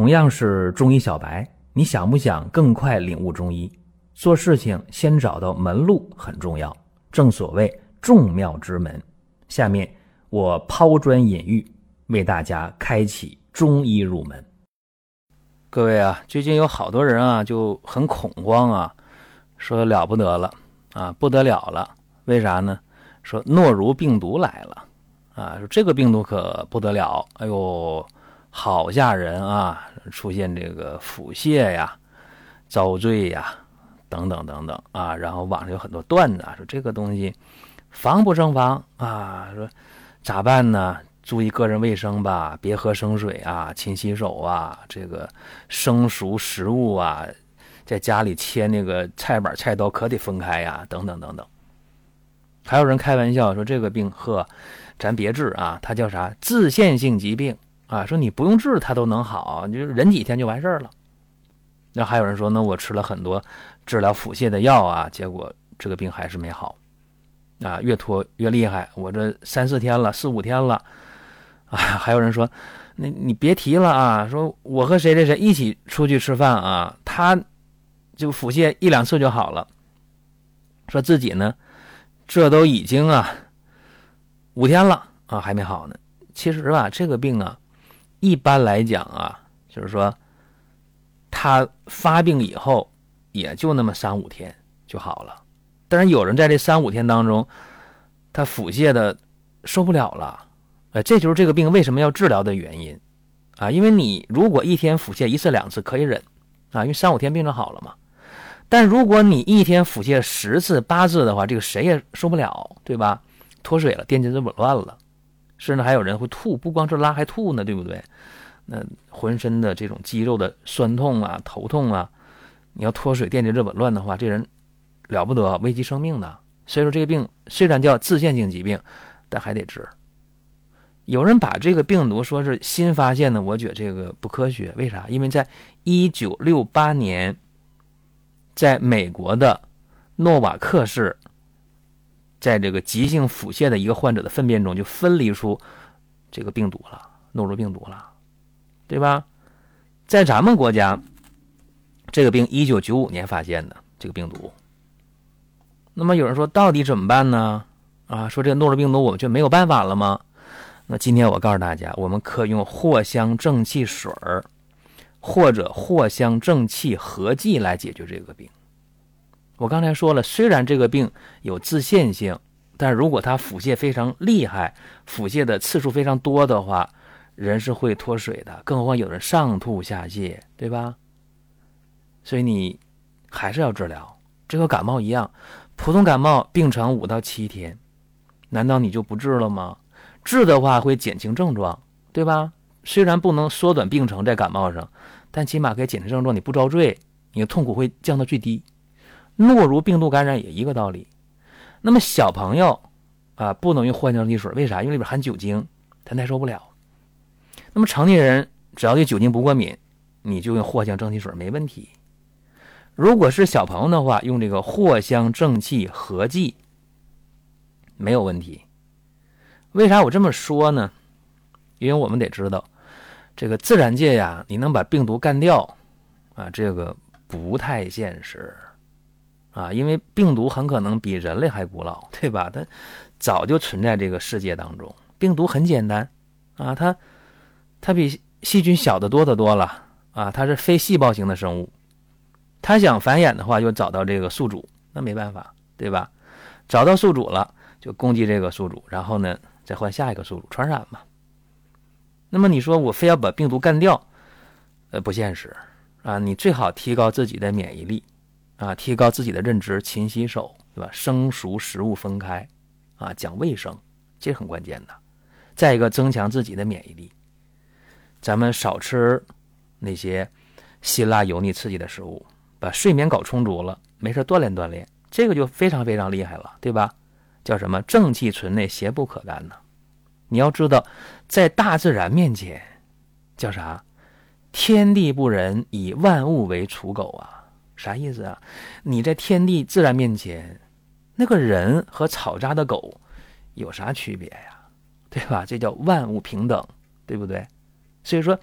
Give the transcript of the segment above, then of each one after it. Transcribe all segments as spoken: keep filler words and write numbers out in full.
同样是中医小白，你想不想更快领悟中医？做事情先找到门路很重要，正所谓众妙之门。下面我抛砖引玉，为大家开启中医入门。各位啊，最近有好多人啊就很恐慌啊，说了不得了啊，不得了了。为啥呢？说诺如病毒来了啊，说这个病毒可不得了，哎呦好吓人啊，出现这个腹泻呀、遭罪呀等等等等啊，然后网上有很多段子啊，说这个东西防不胜防啊，说咋办呢？注意个人卫生吧，别喝生水啊，勤洗手啊，这个生熟食物啊，在家里切那个菜板菜刀可得分开呀，等等等等。还有人开玩笑说这个病呵，咱别治啊，它叫啥？自限性疾病啊，说你不用治它都能好，你就忍几天就完事儿了。那还有人说呢，我吃了很多治疗腹泻的药啊，结果这个病还是没好啊，越拖越厉害，我这三四天了，四五天了啊。还有人说，那你别提了啊，说我和谁谁谁一起出去吃饭啊，他就腹泻一两次就好了，说自己呢这都已经啊五天了啊还没好呢。其实吧，这个病啊一般来讲啊，就是说他发病以后也就那么三五天就好了。但是有人在这三五天当中，他腹泻的受不了了，呃，这就是这个病为什么要治疗的原因啊。因为你如果一天腹泻一次两次可以忍啊，因为三五天病就好了嘛。但如果你一天腹泻十次八次的话，这个谁也受不了，对吧？脱水了，电解质紊乱了，甚至还有人会吐，不光是拉还吐呢，对不对？那浑身的这种肌肉的酸痛啊、头痛啊，你要脱水、电解质紊乱的话，这人了不得，危及生命的。所以说这个病虽然叫自限性疾病，但还得治。有人把这个病毒说是新发现的，我觉得这个不科学。为啥？因为在一九六八年，在美国的诺瓦克市，在这个急性腹泻的一个患者的粪便中就分离出这个病毒了，诺如病毒了，对吧？在咱们国家，这个病一九九五年发现的这个病毒。那么有人说到底怎么办呢？啊，说这个诺如病毒我们就没有办法了吗？那今天我告诉大家，我们可用藿香正气水或者藿香正气合剂来解决这个病。我刚才说了，虽然这个病有自限性，但如果它腹泻非常厉害，腹泻的次数非常多的话，人是会脱水的，更何况有人上吐下泻，对吧？所以你还是要治疗，这和感冒一样，普通感冒病程五到七天，难道你就不治了吗？治的话会减轻症状，对吧？虽然不能缩短病程在感冒上，但起码可以减轻症状，你不遭罪，你的痛苦会降到最低。诺如病毒感染也一个道理。那么小朋友啊，不能用藿香正气水，为啥？因为里边含酒精，他耐受不了。那么成年人只要对酒精不过敏，你就用藿香正气水没问题。如果是小朋友的话，用这个藿香正气合剂没有问题。为啥我这么说呢？因为我们得知道，这个自然界呀，你能把病毒干掉啊，这个不太现实啊，因为病毒很可能比人类还古老，对吧？它早就存在这个世界当中。病毒很简单啊，它它比细菌小得多得多了啊，它是非细胞型的生物。它想繁衍的话，就找到这个宿主，那没办法，对吧？找到宿主了，就攻击这个宿主，然后呢，再换下一个宿主，传染嘛。那么你说我非要把病毒干掉，呃，不现实啊！你最好提高自己的免疫力啊，提高自己的认知，勤洗手，对吧？生熟食物分开啊，讲卫生，这很关键的。再一个，增强自己的免疫力，咱们少吃那些辛辣油腻刺激的食物，把睡眠搞充足了，没事锻炼锻炼，这个就非常非常厉害了，对吧？叫什么？正气存内，邪不可干呢。你要知道，在大自然面前，叫啥？天地不仁，以万物为刍狗啊！啥意思啊？你在天地自然面前，那个人和草扎的狗有啥区别呀？对吧？这叫万物平等，对不对？所以说，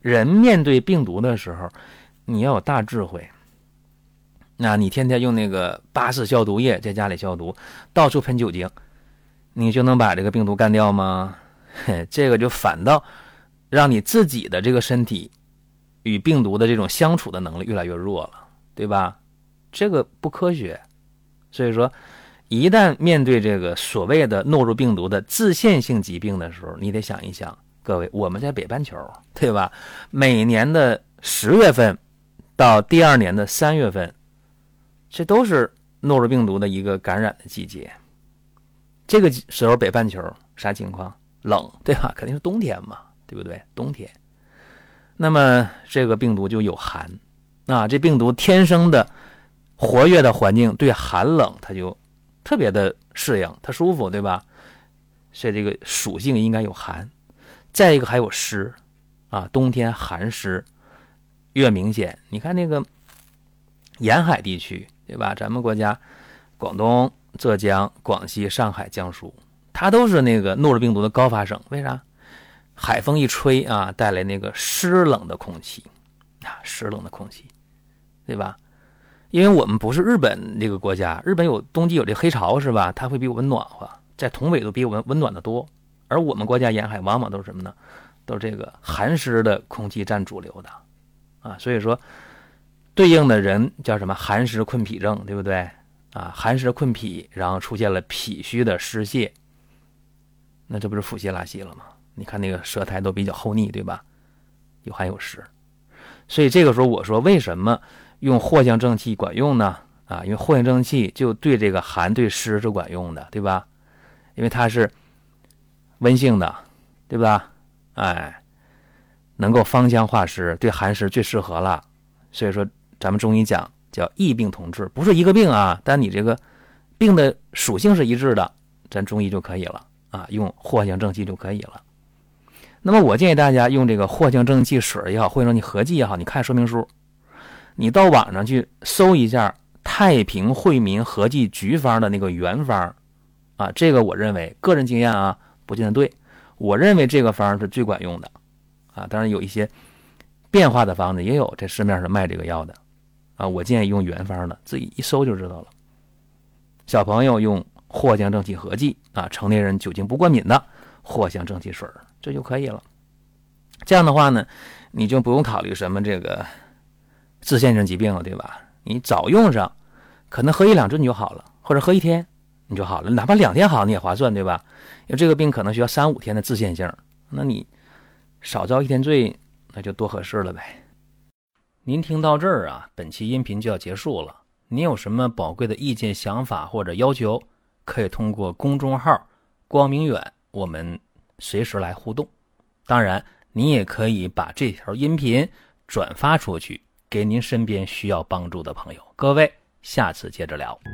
人面对病毒的时候，你要有大智慧。那你天天用那个巴氏消毒液在家里消毒，到处喷酒精，你就能把这个病毒干掉吗？嘿，这个就反倒让你自己的这个身体与病毒的这种相处的能力越来越弱了，对吧？这个不科学。所以说一旦面对这个所谓的诺如病毒的自限性疾病的时候，你得想一想，各位，我们在北半球，对吧？每年的十月份到第二年的三月份，这都是诺如病毒的一个感染的季节。这个时候北半球啥情况？冷，对吧？肯定是冬天嘛，对不对？冬天。那么这个病毒就有寒啊，这病毒天生的活跃的环境对寒冷它就特别的适应，它舒服，对吧？所以这个属性应该有寒。再一个还有湿啊，冬天寒湿越明显。你看那个沿海地区，对吧？咱们国家广东、浙江、广西、上海、江苏，它都是那个诺如病毒的高发省。为啥？海风一吹啊，带来那个湿冷的空气啊，湿冷的空气，对吧？因为我们不是日本这个国家，日本有冬季有这黑潮，是吧？它会比我们暖和，在同纬度比我们温暖的多。而我们国家沿海往往都是什么呢？都是这个寒湿的空气占主流的啊，所以说对应的人叫什么？寒湿困脾症，对不对啊？寒湿困脾，然后出现了脾虚的湿泻，那这不是腹泻拉稀了吗？你看那个舌苔都比较厚腻，对吧？有寒有湿，所以这个时候我说为什么用藿香正气管用呢？啊，因为藿香正气就对这个寒对湿是管用的，对吧？因为它是温性的，对吧？哎，能够芳香化湿，对寒湿最适合了。所以说咱们中医讲叫异病同治，不是一个病啊，但你这个病的属性是一致的，咱中医就可以了啊，用藿香正气就可以了。那么我建议大家用这个藿香正气水也好，藿香正气合剂也好，你看说明书，你到网上去搜一下太平惠民合剂局方的那个原方啊，这个我认为个人经验啊不见得对，我认为这个方是最管用的啊。当然有一些变化的方子也有，在市面上卖这个药的啊，我建议用原方的，自己一搜就知道了。小朋友用藿香正气合剂啊，成年人酒精不过敏的藿香正气水，这就可以了。这样的话呢，你就不用考虑什么这个自限性疾病了，对吧？你早用上，可能喝一两针就好了，或者喝一天你就好了，哪怕两天好你也划算，对吧？因为这个病可能需要三五天的自限性，那你少遭一天罪，那就多合适了呗。您听到这儿啊，本期音频就要结束了。您有什么宝贵的意见、想法或者要求，可以通过公众号光明远，我们随时来互动。当然，您也可以把这条音频转发出去，给您身边需要帮助的朋友。各位，下次接着聊。